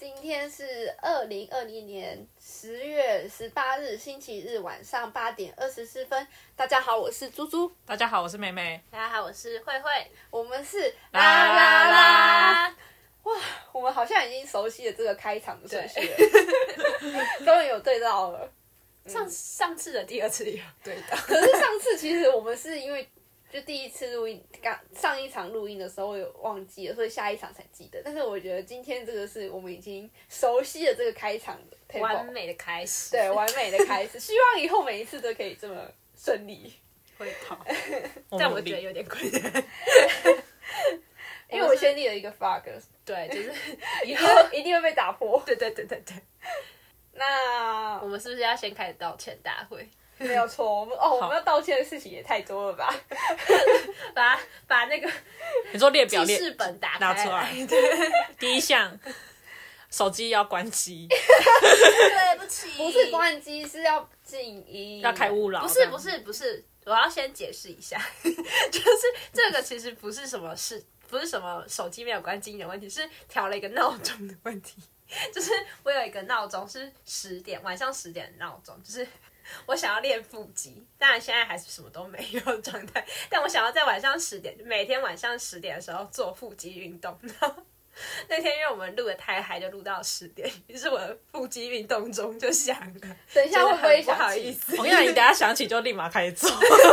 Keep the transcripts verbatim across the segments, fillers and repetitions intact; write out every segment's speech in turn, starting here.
今天是二零二零年十月十八日星期日晚上八点二十四分。大家好，我是猪猪。 大家好，我是妹妹。 大家好，我是慧慧。 我们是啦啦啦！ 哇，我们好像已经熟悉了这个开场的顺序了，终于有对到了。 上上次的第二次也有对到， 可是上次其实我们是因为就第一次录音，刚上一场录音的时候有忘记了，所以下一场才记得。但是我觉得今天这个是我们已经熟悉了这个开场的 tempo， 完美的开始， 对，完美的开始。希望以后每一次都可以这么顺利。 会好，但我觉得有点困难， 因为我先立了一个 flag， 对，就是以后一定会被打破。 对对对对对。 那我们是不是要先开始道歉大会？ 没有错，我们哦，我们要道歉的事情也太多了吧？ 把把那个你说列表列记事本打开拿出来， 对， 第一项，手机要关机， 对不起， 不是关机，是要静音， 要开勿扰。 不是不是不是，我要先解释一下，就是这个其实不是什么事，不是什么手机没有关机的问题，是调了一个闹钟的问题。就是我有一个闹钟是十点，晚上十点的闹钟，就是我想要练腹肌，当然现在还是什么都没有的状态，但我想要在晚上十点，每天晚上十点的时候做腹肌运动。然后那天因为我们录的太嗨，就录到十点，于是我的腹肌运动钟就响了。 等一下会不会不好意思？ 我跟你讲，你等一下想起就立马开始做。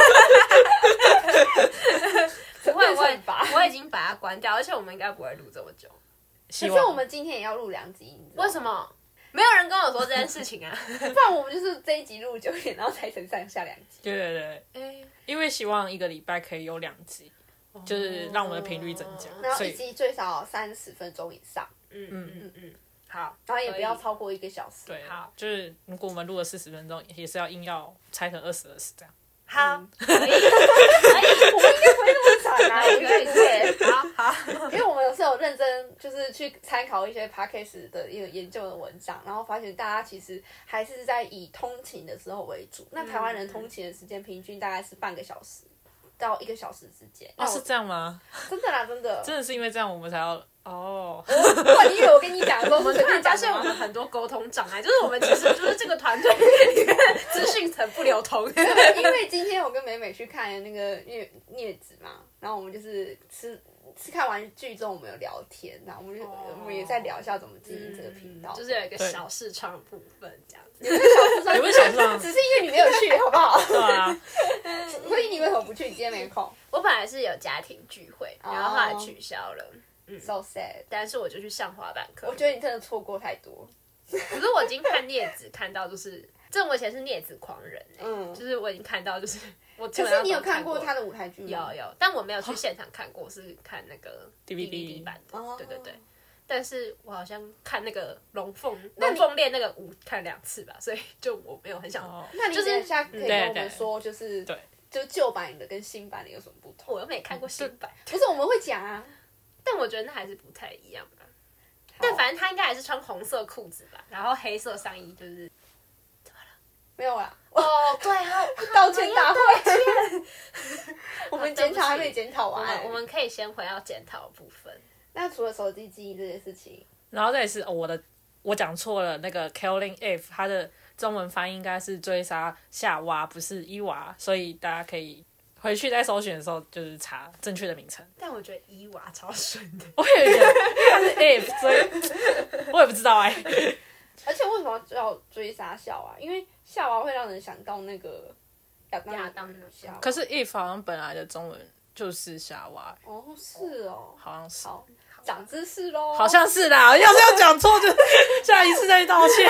不会，我我已经把它关掉，而且我们应该不会录这么久。 可是我们今天也要录两集， 为什么？没有人跟我说这件事情啊！ 不然我们就是这一集录九点，然后拆成上下两集。 对对对， 欸、 因为希望一个礼拜可以有两集，哦、就是让我们的频率增加。 然后一集最少三十分钟以上。 嗯嗯嗯嗯，好， 然后也不要超过一个小时。 对，好，就是如果我们录了四十分钟，也是要硬要拆成二十二十这样。 好， 嗯、 可以，可以， 我们应该不会那么惨啊，我觉得对， 好好， 因为我们是有认真，就是去参考一些 podcast 的一个研究的文章，然后发现大家其实还是在以通勤的时候为主。那台湾人通勤的时间平均大概是半个小时到一个小时之间。 哦，是这样吗？ 真的啦，真的， 真的是因为这样我们才要哦。 哇，你以为我跟你讲的时候我们突然发现我们很多沟通障碍，就是我们其实就是这个团队里面资讯层不流通。 因为今天我跟美美去看那个镊镊子嘛，然后我们就是吃吃看完剧之后，我们有聊天，然后我们就、哦、我们也在聊一下怎么经营这个频道、 嗯，就是有一个小视窗的部分这样子。 有一个小视窗， 有没有小视窗？ 只是因为你没有去，好不好？ 对啊。 所以你为什么不去？你今天没空。 我本来是有家庭聚会，然后后来取消了。 嗯 ，so sad。 但是我就去上滑板课。 我觉得你真的错过太多。 可是我已经看镊子看到，就是这我以前是镊子狂人、欸，嗯，就是我已经看到，就是我基本上可是你有看过过他的舞台剧吗？ 有有，但我没有去现场看过，是看那个 D V D 版的， 哦、 对对对。但是我好像看那个龙凤龙凤恋那个舞看两次吧，所以就我没有很想。 哦、那你等一下可以跟我们说，就是对， 就旧版的跟新版的有什么不同？ 我又没看过新版， 不是我们会讲啊， 但我觉得那还是不太一样吧。但反正他应该还是穿红色裤子吧，然后黑色上衣，就是怎么了？ 没有啦。 哦，对哦， 道歉大会，我们检讨还没检讨完、 欸，我们可以先回到检讨的部分。 那除了手机记忆这件事情， 然后再是、哦、我的我讲错了，那个 Killing Eve 它的中文翻译应该是追杀夏娃，不是伊娃，所以大家可以回去在搜寻的时候就是查正确的名称。 但我觉得伊娃超顺的， 我也觉得它是 Eve， 所以我也不知道哎、欸。 而且为什么要追杀夏娃？因为夏娃会让人想到那个亚当亚当的夏娃。 可是 Eve 好像本来的中文就是夏娃、欸。 哦，是哦， 好像是。 好，长知识咯。 好像是啦，要是要讲错就下一次再道歉。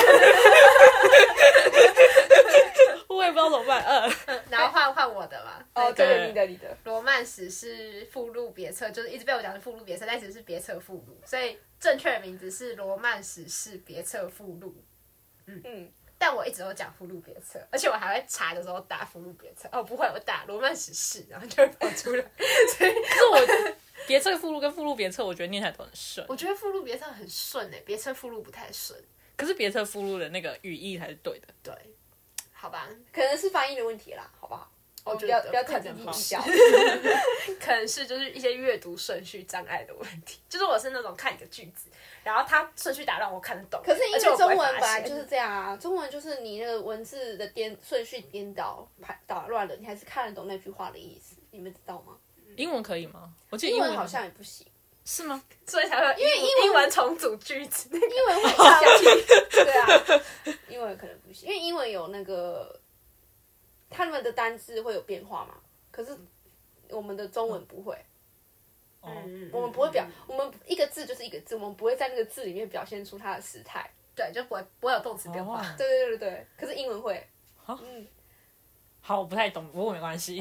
我也不知道怎么办。嗯， 嗯然后换换我的嘛。 哦，这个你的你的。 罗曼史是附录别册，就是一直被我讲是附录别册，但其实是别册附录，所以正确的名字是罗曼史是别册附录。嗯嗯。但我一直都讲附录别册，而且我还会查的时候打附录别册。哦，不会，我打罗曼史是，然后就会跑出来。所以， 可是我别册附录跟附录别册，我觉得念起来都很顺。 我觉得附录别册很顺诶、欸，别册附录不太顺。 可是别册附录的那个语义才是对的。 对，好吧， 可能是翻译的问题啦，好不好？ 我觉不要得不要太斤可能斤计较。 可能是就是一些阅读顺序障碍的问题。就是我是那种看一个句子，然后它顺序打乱我看得懂， 可是因而且我不会为中文本发现来就是这样啊，中文就是你那个文字的颠顺序颠倒、排打乱了，你还是看得懂那句话的意思，你们知道吗？ 英文可以吗？我记得英文英文好像也不行， 是吗？ 所以才会有因为英文英文重组句子，那个英文会影响。对啊，英文可能不行，因为英文有那个他们的单字会有变化嘛，可是我们的中文不会。 哦， 嗯我们不会表，我们一个字就是一个字，我们不会在那个字里面表现出它的时态。 对，就不会不会有动词变化。 哦对对对对，可是英文会。 好嗯， 好，我不太懂，不过没关系。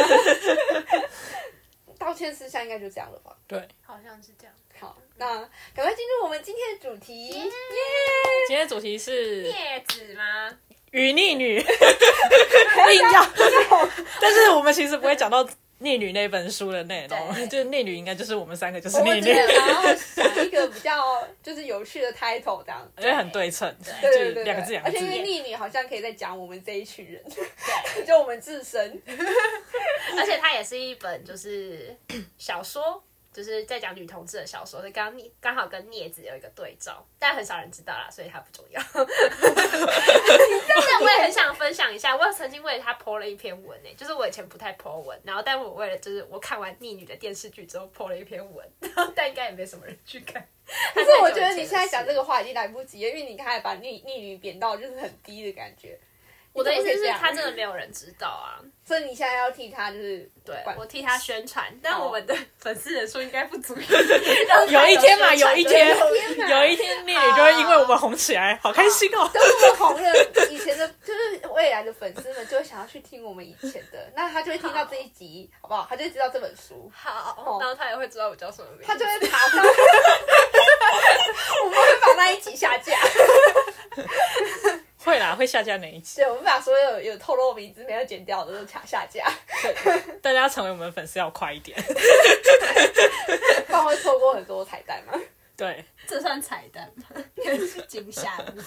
道歉事项应该就这样了吧？ 对， 好像是这样。 好，那赶快进入我们今天的主题。耶！ 今天的主题是叶子吗？ 与逆女，硬要，但是我们其实不会讲到逆女那本书的内容， 对就是逆女应该就是我们三个就是我逆女， 们只是想要想一个比较就是有趣的 title 这样。 因为很对称， 对就对对对， 两个字两个字而且因。为逆女好像可以在讲我们这一群人， 对， 就我们自身。 而且它也是一本就是小说，就是在讲女同志的小说，所以刚刚好跟镊子有一个对照，但很少人知道啦，所以它不重要。但我也很想分享一下，我曾经为了它 po 了一篇文诶、就是我以前不太 po 文，然后但我为了就是我看完《逆女》的电视剧之后 po 了一篇文，然后但应该也没什么人去看。 可是我觉得你现在讲这个话已经来不及了，因为你刚才把逆逆女贬到就是很低的感觉。 我的意思是， 他他真的没有人知道啊。 所以你现在要替他就是对管我替他宣传，但哦我们的粉丝人数应该不足以。 有一天嘛，有一天， 天哪有一天逆女就会因为我们红起来，好开心哦！ 等我们红了，以前的就是未来的粉丝们就会想要去听我们以前的，那他就会听到这一集，好不好？他就会知道这本书， 好，然后他也会知道我叫什么名字。 他就会爬上。我们会把那一集下架。 会啦，会下架哪一集？ 对，我们把所有有透露名字没有剪掉的都卡下架， 大家成为我们粉丝要快一点。 不然会错过很多彩蛋嘛。 对， 这算彩蛋吗？惊吓的。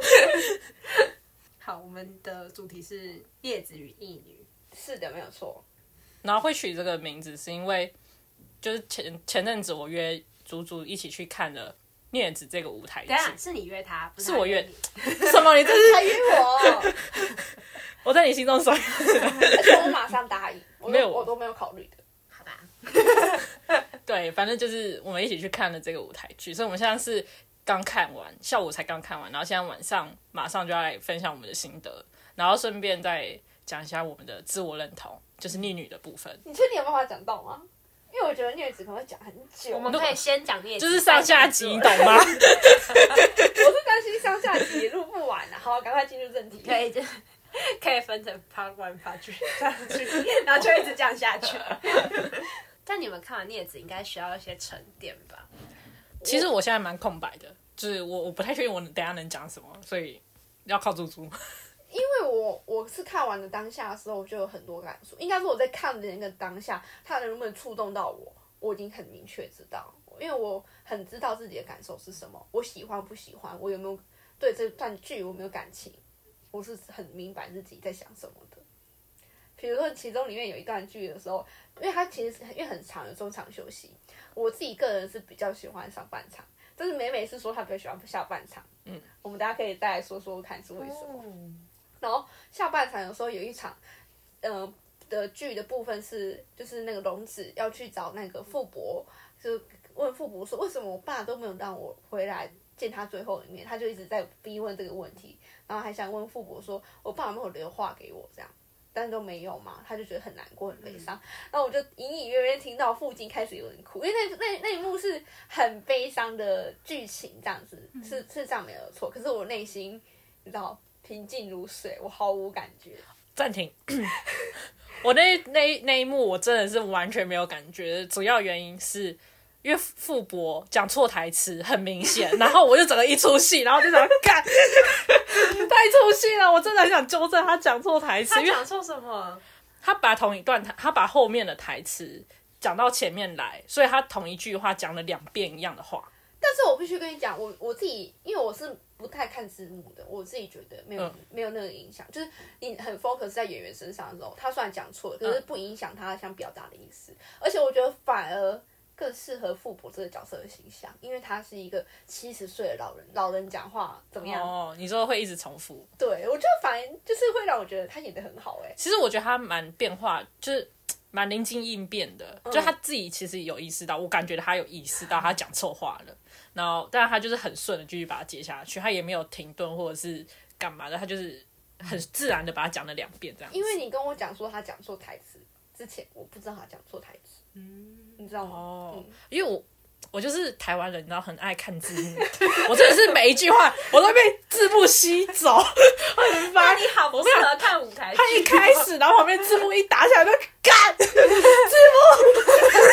好，我们的主题是叶子与异女。 是的，没有错。 然后会取这个名字是因为，就是前前阵子我约竹竹一起去看了《镊子》这个舞台剧等一。下是你约他，不是我约你。 什么？你这是他约我， 我在你心中所以而且我马上答应，我都没有我都没有考虑的。 好吧。 对，反正就是我们一起去看了这个舞台剧，所以我们现在是刚看完，下午才刚看完，然后现在晚上马上就要来分享我们的心得，然后顺便再讲一下我们的自我认同，就是逆女的部分。 你确定有办法讲到吗？因为我觉得镊子可能会讲很久。 我们可以先讲镊子， 就是上下集，你懂吗？ 我是担心上下集录不完啊。好，赶快进入正题。 可以就可以分成 part one part two 这样去，然后就一直这样下去。但你们看完镊子应该需要一些沉淀吧？ 其实我现在蛮空白的，就是我我不太确定我等一下能讲什么，所以要靠猪猪。 因为我我是看完的当下的时候，我就有很多感触。应该说我在看的那个当下，它能不能触动到我，我已经很明确知道。因为我很知道自己的感受是什么，我喜欢不喜欢，我有没有对这段剧我没有感情，我是很明白自己在想什么的。比如说其中里面有一段剧的时候，因为它其实因为很长，有中场休息，我自己个人是比较喜欢上半场，但是美美是说她比较喜欢下半场。嗯，我们大家可以再来说说看是为什么。 嗯然后下半场有时候有一场，呃的剧的部分是，就是那个龙子要去找那个傅伯，就问傅伯说为什么我爸都没有让我回来见他最后一面，他就一直在逼问这个问题，然后还想问傅伯说我爸有没有留话给我这样，但是都没有嘛，他就觉得很难过很悲伤。嗯、然后我就隐隐约约听到父亲开始有人哭，因为那那那一幕是很悲伤的剧情，这样子是是这样没有错，可是我内心你知道。平静如水，我毫无感觉。 暂停，我那那那一幕我真的是完全没有感觉，主要原因是因为傅伯讲错台词很明显，然后我就整个一出戏，然后就想干，太出戏了，我真的很想纠正他讲错台词。 他讲错什么？ 他把同一段他把后面的台词讲到前面来，所以他同一句话讲了两遍一样的话。 但是我必须跟你讲，我我自己，因为我是不太看字幕的，我自己觉得没有、嗯、没有那个影响。就是你很 focus 在演员身上的时候，他虽然讲错了，可是不影响他想表达的意思。嗯、而且我觉得反而更适合傅博这个角色的形象，因为他是一个七十岁的老人，老人讲话怎么样？ 哦，你说会一直重复？ 对，我觉得反而就是会让我觉得他演得很好哎、欸。 其实我觉得他蛮变化，就是蛮灵机应变的，嗯、就他自己其实有意识到，我感觉他有意识到他讲错话了。然后，但是他就是很顺的继续把它接下去，他也没有停顿或者是干嘛的，他就是很自然的把它讲了两遍这样子。 因为你跟我讲说他讲错台词之前，我不知道他讲错台词，嗯，你知道吗？ 哦， 嗯、 因为我我就是台湾人，你知道很爱看字幕，我真的是每一句话我都被字幕吸走，很烦。 你好不适合看舞台剧。 他一开始，然后旁边字幕一打起来就干字幕。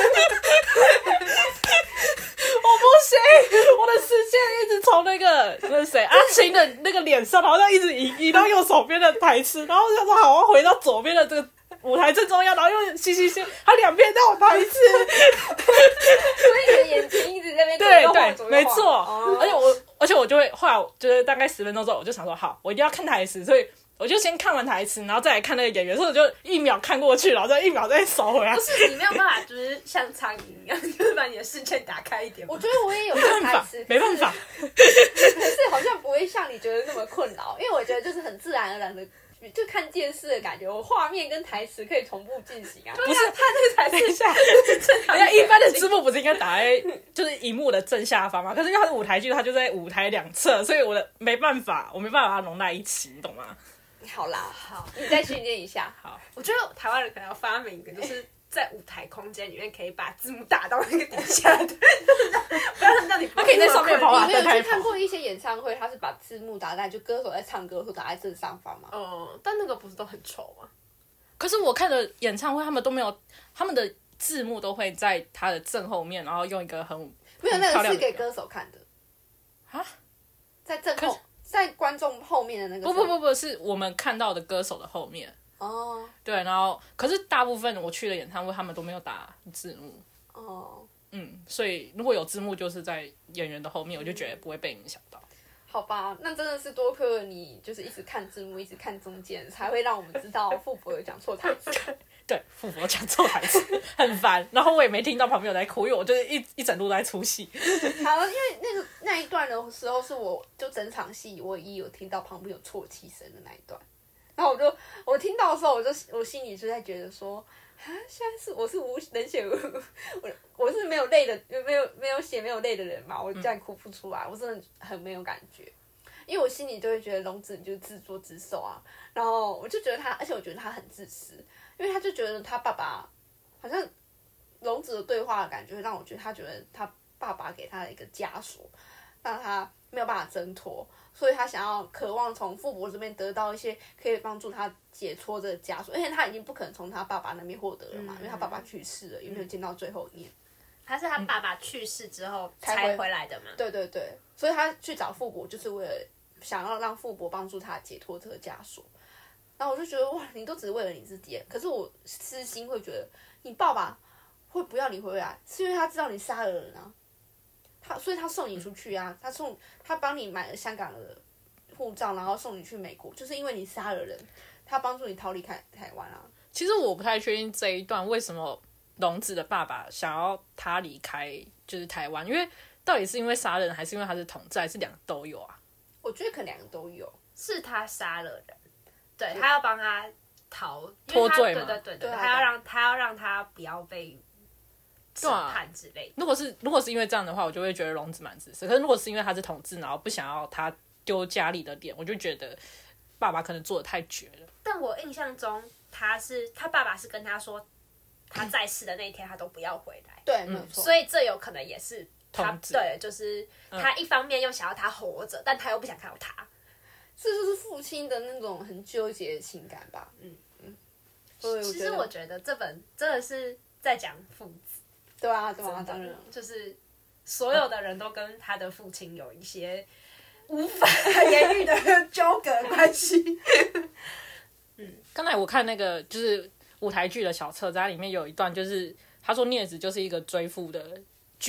我不行，我的视线一直从那个那谁阿青的那个脸上，然后就一直移移到右手边的台词，然后我想说好，我回到左边的这个舞台正中央，然后又嘻嘻嘻，他两边都有台词， 所以你的眼睛一直在那边对对，没错。 哦、 而且我，而且我就会后来就是大概十分钟之后，我就想说好，我一定要看台词，所以。我就先看完台词，然后再来看那个演员，所以我就一秒看过去，然后再一秒再收回来。 不是你没有办法，就是像苍蝇一样，就是把你的视线打开一点。 我觉得我也有看台词， 没办法， 可是好像不会像你觉得那么困扰，因为我觉得就是很自然而然的，就看电视的感觉，我画面跟台词可以同步进行啊。 不是， 他那个台词， 等一下，人家一般的字幕不是应该打在就是荧幕的正下方吗？可是因为它是舞台剧，它就在舞台两侧，所以我的没办法，我没办法把它融在一起，你懂吗？ 好啦， 好， 你再训练一下。 好， 我觉得台湾人可能要发明一个，就是在舞台空间里面可以把字幕打到那个底下的，不要让你， 他可以在上面跑。 你没有去看过一些演唱会，他是把字幕打在就歌手在唱歌的时候打在正上方吗？ 哦，但那个不是都很丑吗？ 可是我看的演唱会，他们都没有，他们的字幕都会在他的正后面，然后用一个很没有那个是给歌手看的啊， 在正后。在观众后面的那个不不不不是我们看到的歌手的后面哦， 对，然后可是大部分我去的演唱会，他们都没有打字幕哦， 嗯，所以如果有字幕，就是在演员的后面，我就觉得不会被影响到。 好吧，那真的是多亏了你，就是一直看字幕，一直看中间，才会让我们知道傅博有讲错台词。 对，傅博讲错台词很烦，然后我也没听到旁边有在哭，因为我就是一一整路都在出戏。 好，因为那个那一段的时候，是我就整场戏我唯一有听到旁边有啜泣声的那一段，然后我就我听到的时候，我就我心里就在觉得说，啊，现在是我是无冷血，我我是没有泪的，没有没有血没有泪的人嘛，我这样哭不出来，我真的很没有感觉。因为我心里就会觉得龙子你就是自作自受啊，然后我就觉得他，而且我觉得他很自私，因为他就觉得他爸爸好像龙子的对话的感觉，让我觉得他觉得他爸爸给他的一个枷锁，让他没有办法挣脱，所以他想要渴望从傅博这边得到一些可以帮助他解脱这个枷锁，而且他已经不可能从他爸爸那边获得了嘛，嗯、因为他爸爸去世了，也没有见到最后一面。 他是他爸爸去世之后才回来的嘛？ 对对对，所以他去找傅博就是为了想要让傅博帮助他解脱这个枷锁。然后我就觉得哇，你都只是为了你自己，可是我私心会觉得你爸爸会不要你回来，是因为他知道你杀了人啊，他所以他送你出去啊，他送他帮你买了香港的护照，然后送你去美国，就是因为你杀了人，他帮助你逃离开台湾啊。 其实我不太确定这一段为什么龙子的爸爸想要他离开就是台湾，因为到底是因为杀人，还是因为他是同志，还是两个都有啊？ 我觉得可能两个都有， 是他杀了人。对，他要帮他逃脱罪嘛？ 对对对对，他要让他要让他不要被审判之类的。 如果是如果是因为这样的话，我就会觉得龙子蛮自私。可是如果是因为他是同志，然后不想要他丢家里的脸，我就觉得爸爸可能做的太绝了。 但我印象中，他是他爸爸是跟他说，他在世的那一天他都不要回来。 对，没有错。 所以这有可能也是他同志， 对，就是他一方面又想要他活着，嗯、但他又不想看到他。 这就是父亲的那种很纠结的情感吧。嗯嗯。 其实我觉得这本真的是在讲父子。 对啊，对啊，当然。 就是所有的人都跟他的父亲有一些无法言喻的纠葛关系。 嗯，刚才我看那个就是舞台剧的小册子，它里面有一段就是他说镊子就是一个追父的剧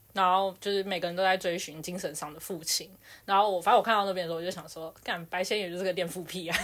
然后就是每个人都在追寻精神上的父亲，然后我反正我看到那边的时候，我就想说，干白先勇就是个恋父癖啊！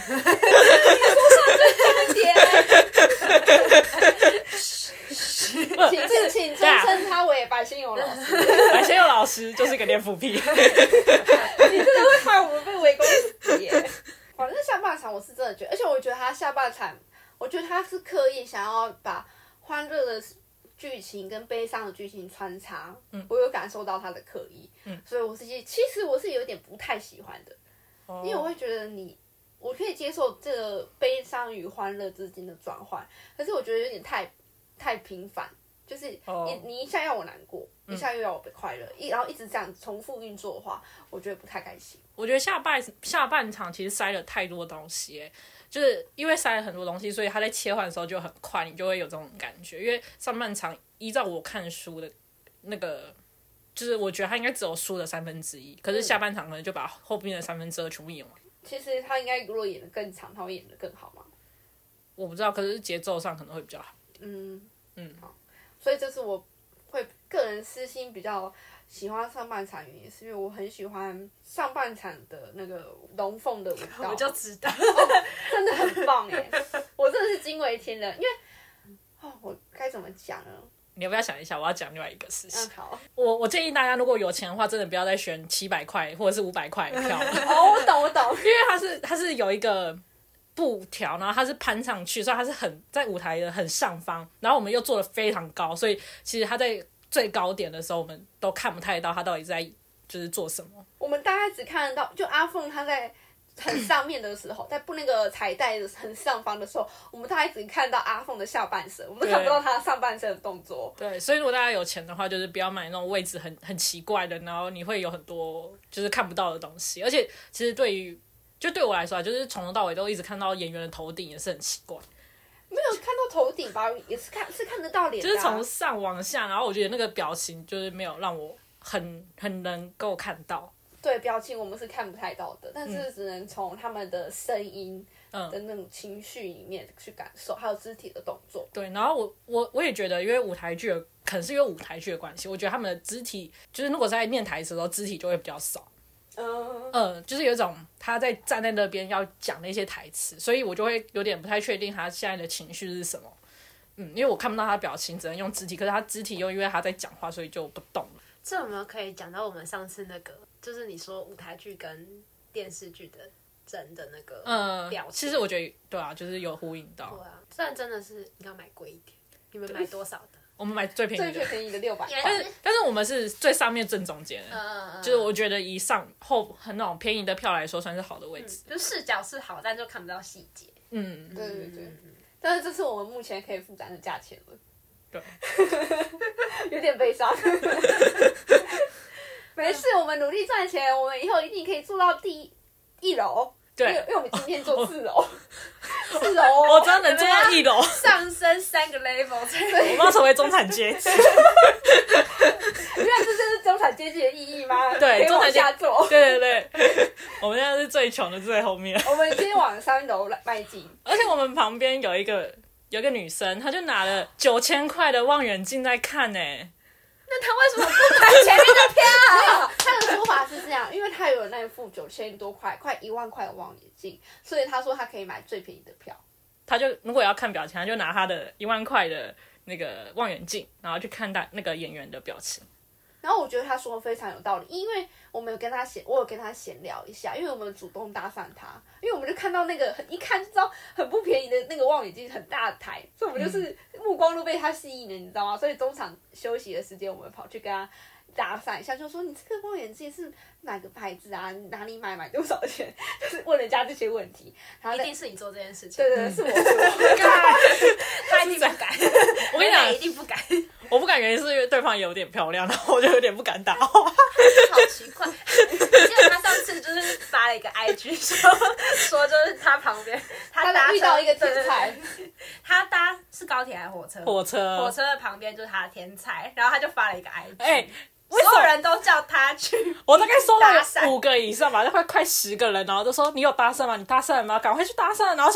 请请尊称他为白先勇老师。 白先勇老师就是个恋父癖。 你真的会害我们被围攻死耶！反正下半场我是真的觉得，而且我觉得他下半场，我觉得他是刻意想要把欢乐的剧情跟悲伤的剧情穿插，嗯，我有感受到他的刻意，嗯，所以我是其实我是有点不太喜欢的，哦、因为我会觉得你，我可以接受这个悲伤与欢乐之间的转换，可是我觉得有点太太频繁，就是你、哦、你一下要我难过，一下又要我快乐，一然后一直这样重复运作的话，我觉得不太开心。 我觉得下半下半场其实塞了太多东西、欸，就是因为塞了很多东西，所以他在切换的时候就很快，你就会有这种感觉。因为上半场依照我看书的那个，就是我觉得他应该只有书的三分之一，可是下半场可能就把后面的三分之二全部演完。 其实他应该如果演得更长，他会演得更好吗？ 我不知道，可是节奏上可能会比较好。 嗯嗯，好，所以这是我会个人私心比较喜欢上半场原因，是因为我很喜欢上半场的那个龙凤的舞蹈， 我就知道， 哦、真的很棒哎，我真的是惊为天人，因为哦，我该怎么讲呢？ 你要不要想一下？我要讲另外一个事情。 嗯，好。 我我建议大家，如果有钱的话，真的不要再选七百块或者是五百块的票。 哦，我懂，我懂， 因为它是它是有一个布条，然后它是攀上去，所以它是很在舞台的很上方，然后我们又做得非常高，所以其实它在最高点的时候，我们都看不太到他到底在就是做什么。 我们大概只看得到，就阿凤他在很上面的时候，在不那个彩带的很上方的时候，我们大概只看到阿凤的下半身，我们都看不到他上半身的动作。 对，所以如果大家有钱的话，就是不要买那种位置很很奇怪的，然后你会有很多就是看不到的东西。而且其实对于就对我来说，就是从头到尾都一直看到演员的头顶，也是很奇怪。 没有看到头顶吧，也是看是看得到脸的、啊， 就是从上往下，然后我觉得那个表情就是没有让我很很能够看到。 对，表情我们是看不太到的，但是只能从他们的声音的那种情绪里面去感受，还有肢体的动作。 对，然后我我我也觉得，因为舞台剧的可能是因为舞台剧的关系，我觉得他们的肢体就是如果在念台词的时候，肢体就会比较少。嗯呃，就是有一种他在站在那边要讲那些台词，所以我就会有点不太确定他现在的情绪是什么。嗯，因为我看不到他的表情，只能用肢体，可是他肢体又因为他在讲话，所以就不动了。 这有没有可以讲到我们上次那个，就是你说舞台剧跟电视剧的人的那个表情？嗯， 其实我觉得对啊，就是有呼应到。 对啊，虽然真的是应该买贵一点，你们买多少的？ 我们买最便宜的， 最便宜的六百， 但是但是我们是最上面正中间，嗯嗯，就是我觉得以上后很那种便宜的票来说，算是好的位置， 嗯、就视角是好，但就看不到细节。 嗯， 对对对。但是这是我们目前可以负担的价钱了。 对， 有点悲伤。没事，我们努力赚钱，我们以后一定可以做到第一一楼。 对， 因为因为我们今天做四楼，四楼哦， 我真的能做到一楼， 上升三个 level， 我们要成为中产阶级。 原来这就是中产阶级的意义吗？ 对，中产下做。 对对对，我们现在是最穷的，最后面。 我们今天往三楼迈进， 而且我们旁边有一个有一个女生，她就拿了九千块的望远镜在看呢、欸。 那他为什么不买前面的票？ 没有，他的说法是这样，因为他有那副九千多块、快一万块的望远镜，所以他说他可以买最便宜的票。 他就如果要看表情，他就拿他的一万块的那个望远镜，然后去看他那个演员的表情。 然后我觉得他说的非常有道理，因为我们有跟他闲，我有跟他闲聊一下，因为我们主动搭讪他，因为我们就看到那个很一看就知道很不便宜的那个望远镜很大台，所以我们就是目光都被他吸引了，你知道吗？所以中场休息的时间，我们跑去跟他搭讪一下，就说你这个望远镜是哪个牌子啊？你哪里买？买多少钱？就是问人家这些问题。然后一定是你做这件事情。 对对对，是我，是我。 他一定不敢。 我跟你讲， 一定不敢。 我不敢原因是因为对方也有点漂亮，然后我就有点不敢打话。 好奇怪，我记得他上次就是发了一个 I G 说说就是他旁边他搭遇到一个天才， 他搭是高铁还是火车？ 火车， 火车的旁边就是他的天才，然后他就发了一个 I G， 哎、欸。 所有人都叫他去， 我大概收到五个以上吧，就快快十个人，然后就说你有搭讪吗？你搭讪了吗？赶快去搭讪。然后说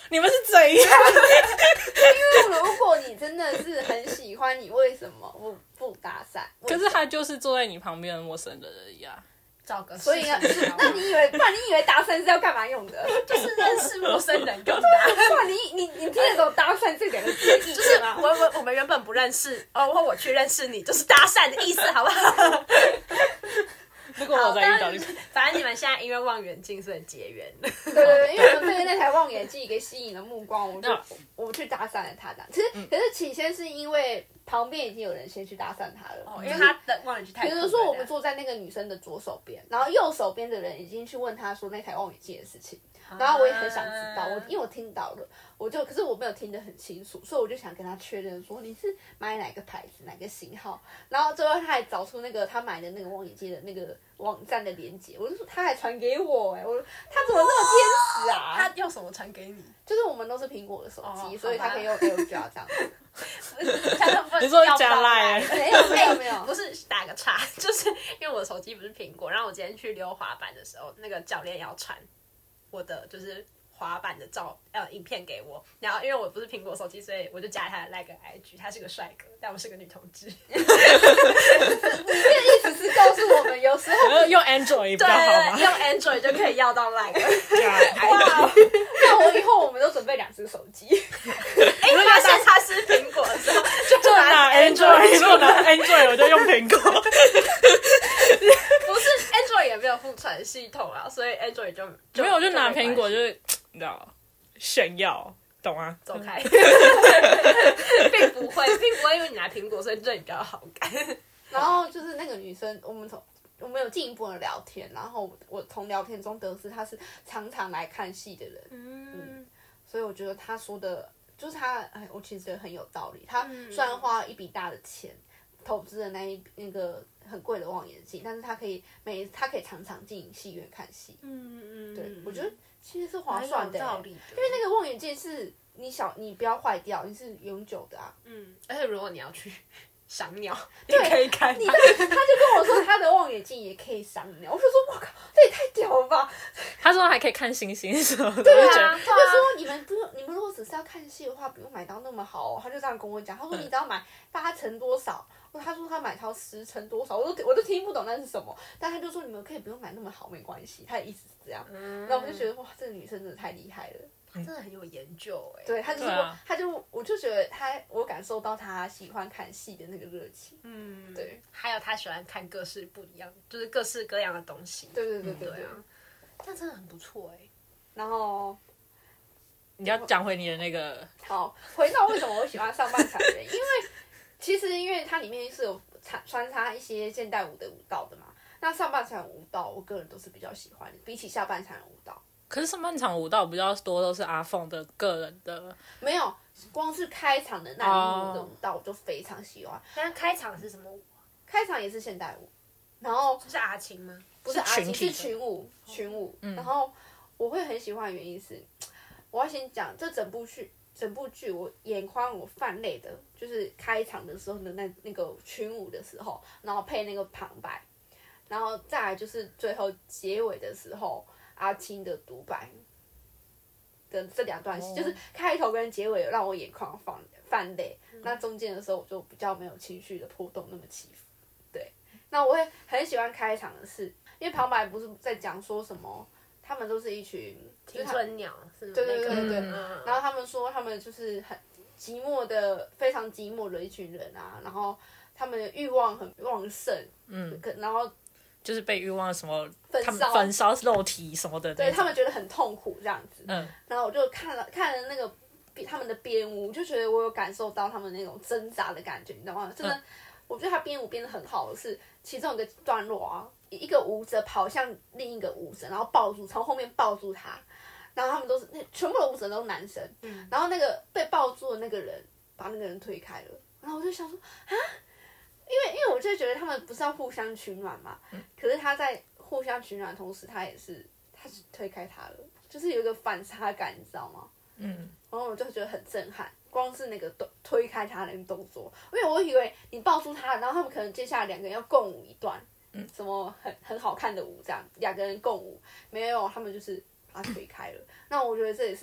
你们是怎样？ 因为如果你真的是很喜欢，你为什么不不搭讪？ 可是他就是坐在你旁边的陌生人而已啊。 找个所以啊， 事情那你以为，不然你以为搭讪是要干嘛用的？ 就是认识陌生人用的、啊。 哇，你你你听得懂搭讪这两个字的意就是思吗？ 我我我们原本不认识，哦，或我去认识你，就是搭讪的意思，好不好？ 如果我再遇到你， 反正你们现在因为望远镜所以结缘了。 对对对，因为我们被那台望远镜给吸引了目光，我就我去搭讪了他的。其实、嗯、可是起先是因为旁边已经有人先去搭讪他了， 哦、因为他的望远镜太酷了。 比如说我们坐在那个女生的左手边，然后右手边的人已经去问他说那台望远镜的事情，然后我也很想知道，我因为我听到了，我就可是我没有听得很清楚，所以我就想跟他确认说你是买哪个牌子哪个型号，然后最后他还找出那个他买的那个望远镜的那个网站的链接，我就说他还传给我哎、欸，我他怎么那么天使啊？ 他用什么传给你？ 就是我们都是苹果的手机，哦、所以他可以用 L G R 这样子。 你说加赖？ 没有没有没有， 不是打个岔，就是因为我的手机不是苹果，然后我今天去溜滑板的时候，那个教练要传我的就是滑板的照呃影片给我，然后因为我不是苹果手机，所以我就加他的那个 I G， 他是个帅哥，但我是个女同志。 你的意思是告诉我们，有时候用 Android 比较好吗？ 对，用 Android 就可以要到 like。 哇，那我以后我们都准备两只手机。 哎，发现他是苹果的时候，就拿 Android， 如果拿 Android 我就用苹果。 不是 Android 也没有附传系统啊，所以 Android 就就没有，我就拿苹果，就是你知道炫耀，懂吗？ 走开，并不会，并不会因为你拿苹果，所以对你比较好感。 然后就是那个女生，我们从我们有进一步的聊天，然后我从聊天中得知她是常常来看戏的人，嗯，嗯所以我觉得她说的，就是她，哎，我其实觉得很有道理。她虽然花一笔大的钱投资的那一那个很贵的望远镜，但是她可以每她可以常常进戏院看戏，嗯嗯，对，我觉得其实是划算的、欸， 道理的， 因为那个望远镜是你小你不要坏掉，你是永久的啊， 嗯，而且如果你要去赏鸟， 对， 你可以看。 你他就跟我说他的望远镜也可以赏鸟，我就说我靠，这也太屌了吧！ 他说还可以看星星什么的， 对啊， 我就觉得他就说你们不用，你们如果只是要看戏的话，不用买到那么好哦。他就这样跟我讲，他说你只要买八成多少，他说他买到十成多少，我都我都听不懂那是什么，但他就说你们可以不用买那么好，没关系，他的意思是这样。嗯、然后我就觉得哇，这个女生真的太厉害了。 他真的很有研究哎、欸， 对，他就是我，啊、他就我就觉得他，我感受到他喜欢看戏的那个热情，嗯，对， 还有他喜欢看各式不一样，就是各式各样的东西， 对对对对 对, 对啊，那真的很不错哎、欸。 然后你要讲回你的那个， 好，回到为什么我喜欢上半场的人，因为其实因为它里面是有穿穿插一些现代舞的舞蹈的嘛，那上半场舞蹈我个人都是比较喜欢的，比起下半场的舞蹈。 可是上半场舞蹈比较多都是阿凤的个人的， 没有，光是开场的那一幕的舞蹈我就非常喜欢。 那、oh. 开场是什么舞？ 开场也是现代舞，然后是阿青吗？ 不是阿青，是群舞，群舞。嗯、然后我会很喜欢的原因是，我要先讲这整部剧，整部剧我眼眶我泛泪的，就是开场的时候的那那个群舞的时候，然后配那个旁白，然后再来就是最后结尾的时候。阿青的独白的这两段戏， oh. 就是开头跟结尾有让我眼眶泛泛泪，嗯、那中间的时候我就比较没有情绪的波动那么起伏。对，那我会很喜欢开场的是，因为旁白不是在讲说什么，他们都是一群青春鸟，是对对对对对， 嗯、 然后他们说他们就是很寂寞的，非常寂寞的一群人啊，然后他们的欲望很旺盛，嗯，然后。 就是被欲望什么焚烧、 焚烧肉体什么的， 对他们觉得很痛苦这样子。 嗯，然后我就看了看了那个他们的编舞，就觉得我有感受到他们那种挣扎的感觉，你知道吗？真的，嗯、我觉得他编舞编得很好的是，其中有一个段落啊，一个舞者跑向另一个舞者，然后抱住，从后面抱住他，然后他们都是全部的舞者都是男生，嗯、然后那个被抱住的那个人把那个人推开了，然后我就想说啊。因为因为我就觉得他们不是要互相取暖嘛，嗯、可是他在互相取暖的同时，他也是他是推开他了，就是有一个反差感，你知道吗？嗯，然后我就觉得很震撼，光是那个推开他的那个动作，因为我以为你抱住他，然后他们可能接下来两个人要共舞一段，嗯，什么很很好看的舞这样，两个人共舞，没有，他们就是把他推开了。那我觉得这也是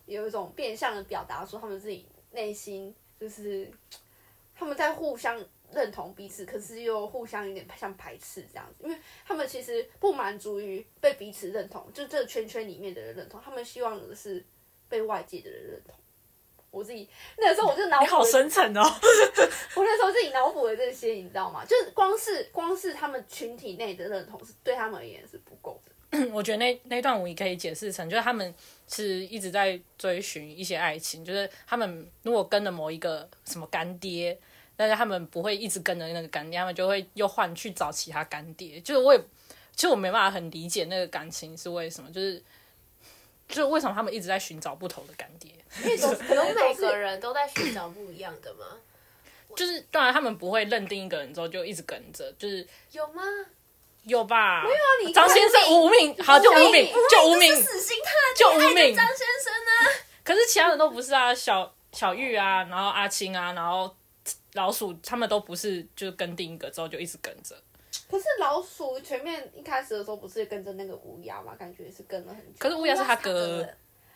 有一种变相的表达出他们自己内心就是他们在互相认同彼此，可是又互相有点像排斥这样子，因为他们其实不满足于被彼此认同，就这个圈圈里面的人认同，他们希望的是被外界的人认同。我自己那时候我就脑补， 你好深沉哦！ 我那时候自己脑补了这些，你知道吗？就是光是光是他们群体内的认同是对他们而言是不够的。 我觉得那那段舞也可以解释成，就是他们是一直在追寻一些爱情，就是他们如果跟了某一个什么干爹，但是他们不会一直跟着那个干爹，他们就会又换去找其他干爹。就是我也，其实我没办法很理解那个感情是为什么，就是就是为什么他们一直在寻找不同的干爹。 因为可可能每个人都在寻找不一样的吗？ 就是当然他们不会认定一个人之后就一直跟着，就是有吗？ 有吧？没有啊，你张先生无名，好就无名，就无名， 死心塌就无名。 张先生呢？ 可是其他人都不是啊，小小玉啊，然后阿青啊，然后老鼠他们都不是，就跟定一个之后就一直跟着。 可是老鼠前面一开始的时候不是跟着那个乌鸦嘛？感觉是跟了很久。 可是乌鸦是他哥。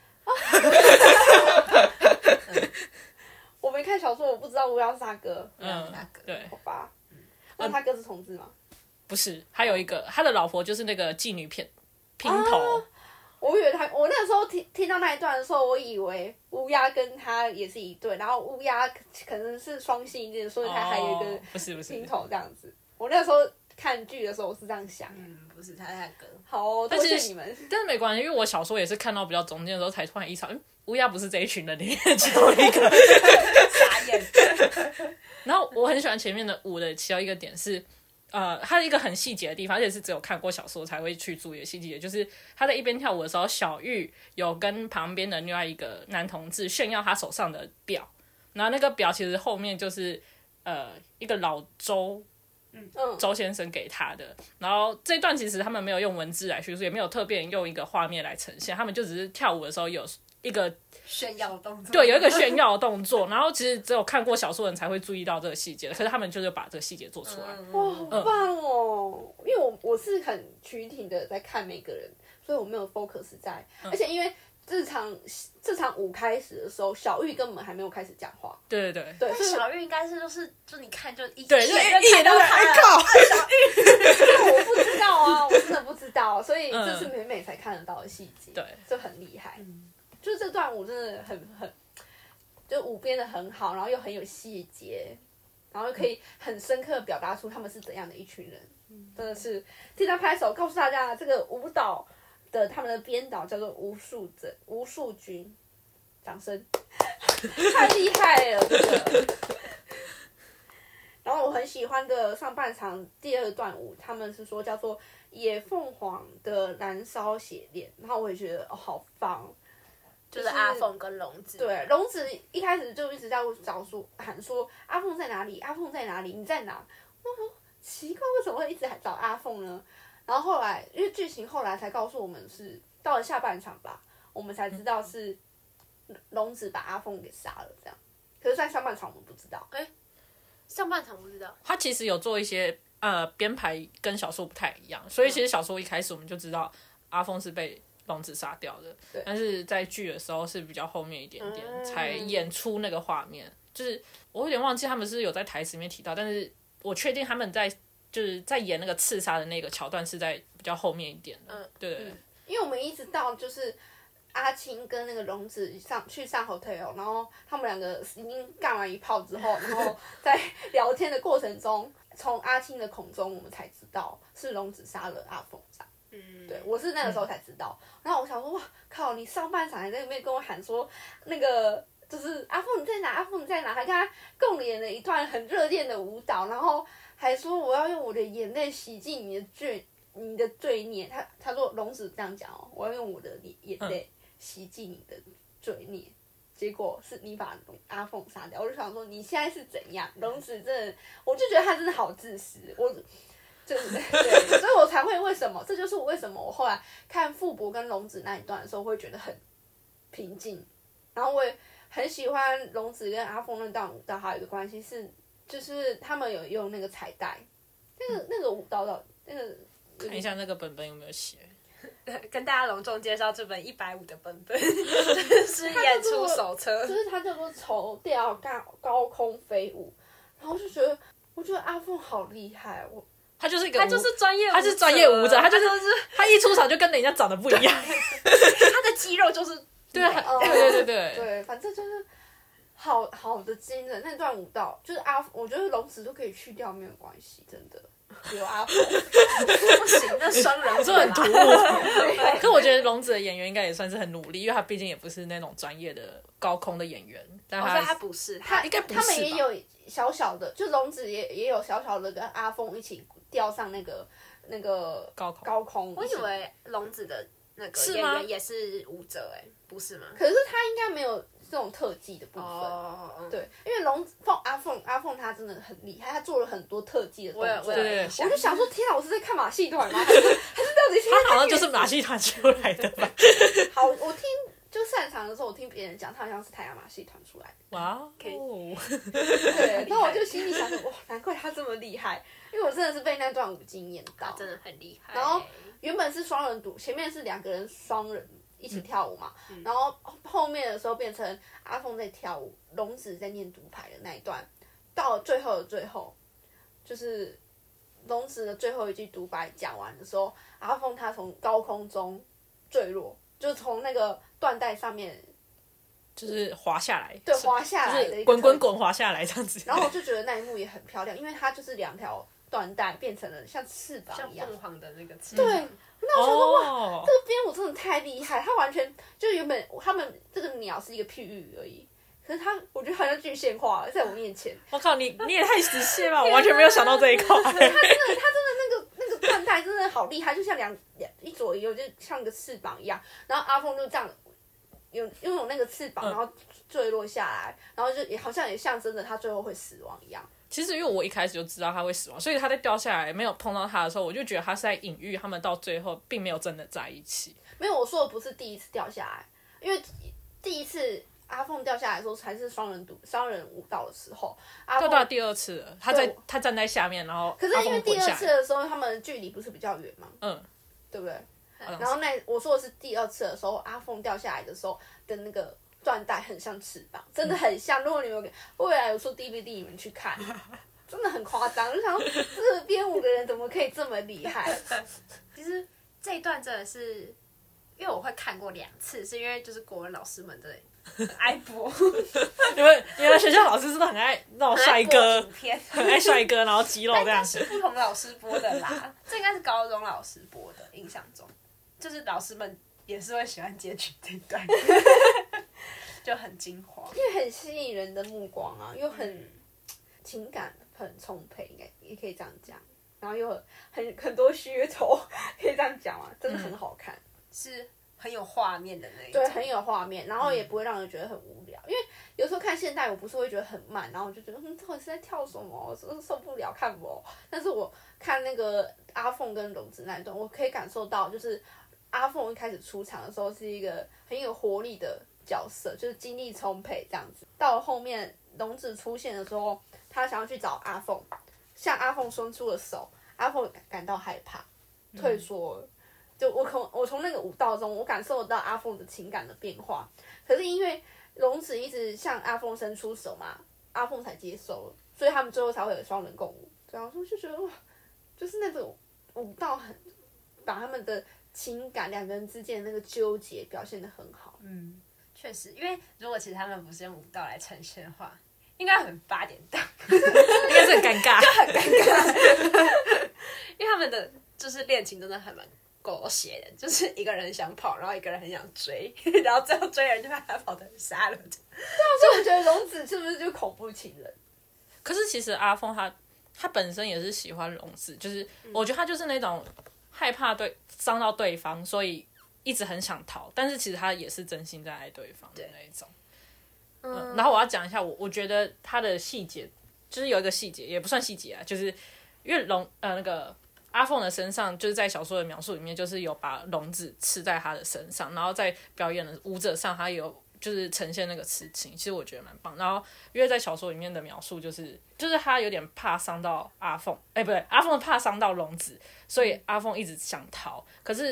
我没看小说，我不知道乌鸦是他哥。 嗯，对。 好吧，那他哥是同志吗？ 不是，还有一个他的老婆就是那个妓女片姘头。 啊我以为他，我那时候听听到那一段的时候，我以为乌鸦跟他也是一对，然后乌鸦可能是双性恋，所以他还有一个不是不是姘头这样子。我那时候看剧的时候我是这样想， 嗯，不是他他哥。 好，多谢你们。 但是没关系，因为我小说也是看到比较中间的时候才突然意识到，嗯，乌鸦不是这一群人里面的其中一个。 傻眼。 然后我很喜欢前面的舞的其中一个点是。呃，他一个很细节的地方，而且是只有看过小说才会去注意的细节，就是他在一边跳舞的时候，小玉有跟旁边的另外一个男同志炫耀他手上的表，然后那个表其实后面就是呃一个老周，嗯，周先生给他的。然后这段其实他们没有用文字来叙述，也没有特别用一个画面来呈现，他们就只是跳舞的时候有一个炫耀的动作， 对，有一个炫耀的动作，然后其实只有看过小说的人才会注意到这个细节，可是他们就是把这个细节做出来。 哇，好棒哦！因为我我是很群体的在看每个人，所以我没有 focus 在，而且因为这场这场舞开始的时候，小玉根本还没有开始讲话。 对对对， 但小玉应该是就是就你看就一对， 一眼就看到他了。 小玉，我不知道啊，我真的不知道，所以这是美美才看得到的细节， 对， 这很厉害。就是这段舞真的很很，就舞编的很好，然后又很有细节，然后又可以很深刻的表达出他们是怎样的一群人，真的是替他拍手，告诉大家这个舞蹈的他们的编导叫做吴树珍、吴树君，掌声，太厉害了这个。然后我很喜欢的上半场第二段舞，他们是说叫做野凤凰的燃烧血恋，然后我也觉得哦好棒。 就是阿凤跟龙子， 对，龙子一开始就一直在找说喊说阿凤在哪里？阿凤在哪里？你在哪？我说奇怪，为什么会一直找阿凤呢？然后后来因为剧情后来才告诉我们是到了下半场吧，我们才知道是龙子把阿凤给杀了这样。可是，在上半场我们不知道。 哎，上半场不知道。 他其实有做一些呃编排跟小说不太一样，所以其实小说一开始我们就知道阿凤是被龙子杀掉的，但是在剧的时候是比较后面一点点、嗯、才演出那个画面，就是我有点忘记他们是有在台词里面提到，但是我确定他们在就是在演那个刺杀的那个桥段是在比较后面一点的，嗯，对、嗯， 因为我们一直到就是阿青跟那个龙子上去上 hotel， 然后他们两个已经干完一炮之后，然后在聊天的过程中，从阿青的口中我们才知道是龙子杀了阿凤杀。嗯，对，我是那个时候才知道，嗯、然后我想说，哇靠，你上半场还在那边跟我喊说，那个就是阿凤你在哪？阿凤你在哪？还跟他共演了一段很热烈的舞蹈，然后还说我要用我的眼泪洗净你的罪，你的罪孽。他他说龙子这样讲哦，我要用我的眼泪洗净你的罪孽。嗯、结果是你把阿凤杀掉，我就想说你现在是怎样？龙子真的，我就觉得他真的好自私，我。就是对，所以我才会为什么，这就是我为什么我后来看傅博跟龙子那一段的时候会觉得很平静，然后我也很喜欢龙子跟阿凤那段舞蹈，还有一个关系是，就是他们有用那个彩带，那个那个舞蹈的那个， 看一下那个本本有没有写。 跟大家隆重介绍这本一百五的本本，是演出手册， 就是它叫做绸吊高高空飞舞，然后就觉得，我觉得阿凤好厉害，我他就是一个， 他就是专业， 他是专业舞者，他就是他一出场就跟人家长得不一样， 他的肌肉就是对对对对对对，反正就是好好的惊人那段舞蹈，就是阿，我觉得龙子都可以去掉没有关系，真的。有阿凤不行，那双人是很突兀。可我觉得龙子的演员应该也算是很努力，因为他毕竟也不是那种专业的高空的演员。但他、 哦、他不是， 他应该不是吧？ 他们也有小小的，就龙子也也有小小的跟阿凤一起吊上那个那个高空。 高空。 我以为龙子的那个演员也是舞者、欸，哎，不是吗？ 可是他应该没有这种特技的部分， 哦、 对，因为龙凤阿凤阿凤她真的很厉害，她做了很多特技的动作， 对， 我就想说，天啊，我是在看马戏团吗？还是还是到底是他好像就是马戏团出来的吧？ 好，我听就擅长的时候，我听别人讲，他好像是台湾马戏团出来的。 哇哦， 对，那我就心里想着，哇，难怪他这么厉害，因为我真的是被那段舞惊艳到， 真的很厉害。 然后原本是双人独，前面是两个人双人。一起跳舞嘛，嗯、然后后面的时候变成阿凤在跳舞，龙子在念独白的那一段，到了最后的最后，就是龙子的最后一句独白讲完的时候，阿凤她从高空中坠落，就从那个缎带上面， 就是滑下来， 对，滑下来的一个滚滚滚滑下来这样子。 然后我就觉得那一幕也很漂亮，因为它就是两条缎带变成了像翅膀一样， 像凤凰的那个翅膀。 对。那我想说，哇，这个编舞真的太厉害！他完全就原本他们这个鸟是一个譬喻而已，可是他我觉得好像具现化了，在我面前。 我靠，你你也太实现了，我完全没有想到这一块。他真的，他真的那个那个缎带真的好厉害，就像两两一左一右，就像个翅膀一样。然后阿凤就这样有拥有那个翅膀，然后坠落下来，然后就也好像也象征着他最后会死亡一样。 其实因为我一开始就知道他会死亡，所以他在掉下来没有碰到他的时候，我就觉得他是在隐喻他们到最后并没有真的在一起。 没有，我说的不是第一次掉下来，因为第一次阿凤掉下来的时候才是双人独双人舞蹈的时候，阿凤到第二次了，他在他站在下面，然后可是因为第二次的时候他们距离不是比较远吗？ 嗯， 对不对？然后那我说的是第二次的时候，阿凤掉下来的时候的那个。缎带很像翅膀，真的很像。如果你们有未来有出 D V D， 你们去看，真的很夸张。就想说，这个编舞的人怎么可以这么厉害？ 其实这一段真的是，因为我会看过两次，是因为就是国文老师们的很爱播。 你们你们学校老师真的很爱那种帅哥， 很爱帅哥，然后肌肉这样子。 是不同老师播的啦，这应该是高中老师播的，印象中就是老师们也是会喜欢截取这一段。就很精华， 因为很吸引人的目光啊，又很情感很充沛，应该也可以这样讲。然后又很很多噱头，可以这样讲吗？真的很好看，嗯、 是很有画面的那一种。 对，很有画面，然后也不会让人觉得很无聊。嗯、因为有时候看现代，我不是会觉得很慢，然后我就觉得，嗯，到底是在跳什么？我真的受不了，看不。但是我看那个阿凤跟龙子那一段，我可以感受到，就是阿凤一开始出场的时候是一个很有活力的。角色就是精力充沛这样子，到了后面龙子出现的时候，他想要去找阿凤，向阿凤伸出了手，阿凤感到害怕，退缩了。嗯、就我从我从那个舞蹈中，我感受到阿凤的情感的变化。可是因为龙子一直向阿凤伸出手嘛，阿凤才接受了，所以他们最后才会有双人共舞。然后就觉得哇，就是那种舞蹈很把他们的情感两个人之间的那个纠结表现得很好。 嗯。确实，因为如果其实他们不是用舞蹈来呈现的话，应该很八点档， 应该是很尴尬， 就很尴尬。因为他们的就是恋情真的还蛮狗血的，就是一个人想跑，然后一个人很想追，然后最后追人就把他跑得很杀了。对啊，所以我觉得龙子是不是就恐怖情人？ 可是其实阿凤他他本身也是喜欢龙子，就是我觉得他就是那种害怕对伤到对方，所以。一直很想逃，但是其实他也是真心在爱对方的那一种。嗯，然后我要讲一下，我我觉得他的细节，就是有一个细节也不算细节啊，就是因为龙呃那个阿凤的身上，就是在小说的描述里面，就是有把笼子刺在他的身上，然后在表演的舞者上，他有就是呈现那个刺青，其实我觉得蛮棒。然后因为在小说里面的描述，就是就是他有点怕伤到阿凤，哎、欸、不对，阿凤怕伤到笼子，所以阿凤一直想逃，可是。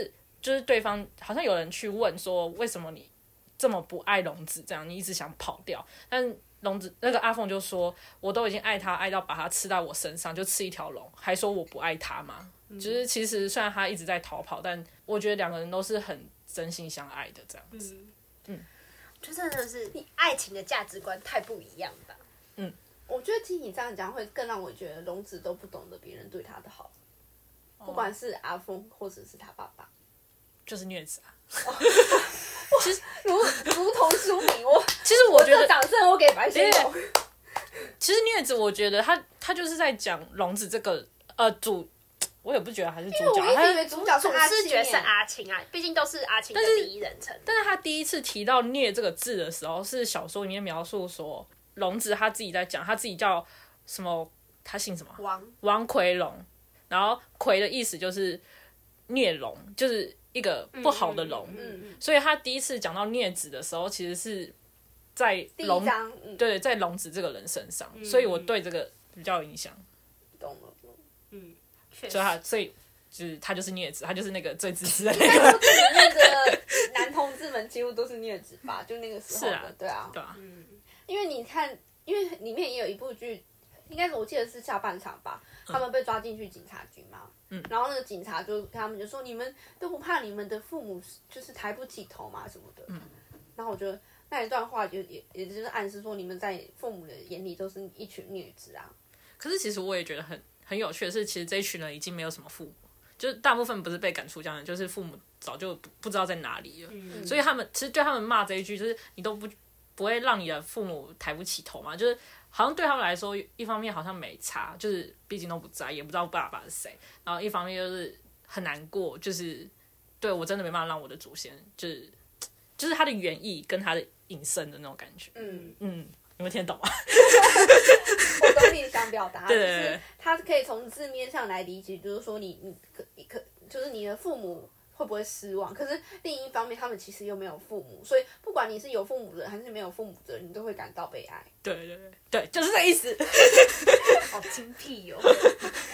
就是对方好像有人去问说，为什么你这么不爱龙子，这样你一直想跑掉？但龙子那个阿凤就说，我都已经爱他，爱到把他吃到我身上，就吃一条龙，还说我不爱他吗？嗯、就是其实虽然他一直在逃跑，但我觉得两个人都是很真心相爱的这样子。嗯， 嗯就真的是爱情的价值观太不一样吧。 嗯， 我觉得听你这样讲，会更让我觉得龙子都不懂得别人对他的好，不管是阿峰或者是他爸爸， 就是虐子啊。 其实如如同书名，我其实我觉得我掌声我给白先勇。 其实虐子，我觉得他他就是在讲龙子这个呃主，我也不觉得还是主角， 我一直以为主角是阿青， 是觉得是阿青啊，毕竟都是阿青的第一人称。 但是他第一次提到虐这个字的时候，是小说里面描述说龙子他自己在讲，他自己叫什么？他姓什么？ 王王魁龙，然后魁的意思就是虐龙，就是一个不好的龙。 嗯嗯嗯、 所以他第一次讲到孽子的时候，其实是在龙、 嗯、 对，在龙子这个人身上，嗯、所以我对这个比较有影响。 懂了， 嗯， 所以他所以就是他就是孽子，他就是那个最自私的那个。里面的男同志们几乎都是孽子吧？就那个时候的， 是啊， 对啊， 对啊。 嗯，因为你看，因为里面也有一部剧。应该是我记得是下半场吧，他们被抓进去警察局嘛， 嗯、 然后那个警察就跟他们就说：“你们都不怕你们的父母就是抬不起头嘛什么的。 嗯” 然后我觉得那一段话就也也就是暗示说，你们在父母的眼里都是一群孽子啊。 可是其实我也觉得很很有趣的是，其实这一群人已经没有什么父母，就是大部分不是被赶出家门，就是父母早就不不知道在哪里了。嗯、所以他们其实对他们骂这一句，就是你都不不会让你的父母抬不起头嘛，就是。好像对他们来说，一方面好像没差，就是毕竟都不在，也不知道爸爸是谁。然后一方面就是很难过，就是对我真的没办法让我的祖先，就是就是他的原意跟他的隐身的那种感觉。 嗯嗯，有没有听得懂啊？ 我懂你想表达， 对对对， 就是他可以从字面上来理解，就是说你你可可就是你的父母。会不会失望？可是另一方面，他们其实又没有父母，所以不管你是有父母的人还是没有父母的人，你都会感到被爱。 对对对对，就是这意思。 好精辟哦！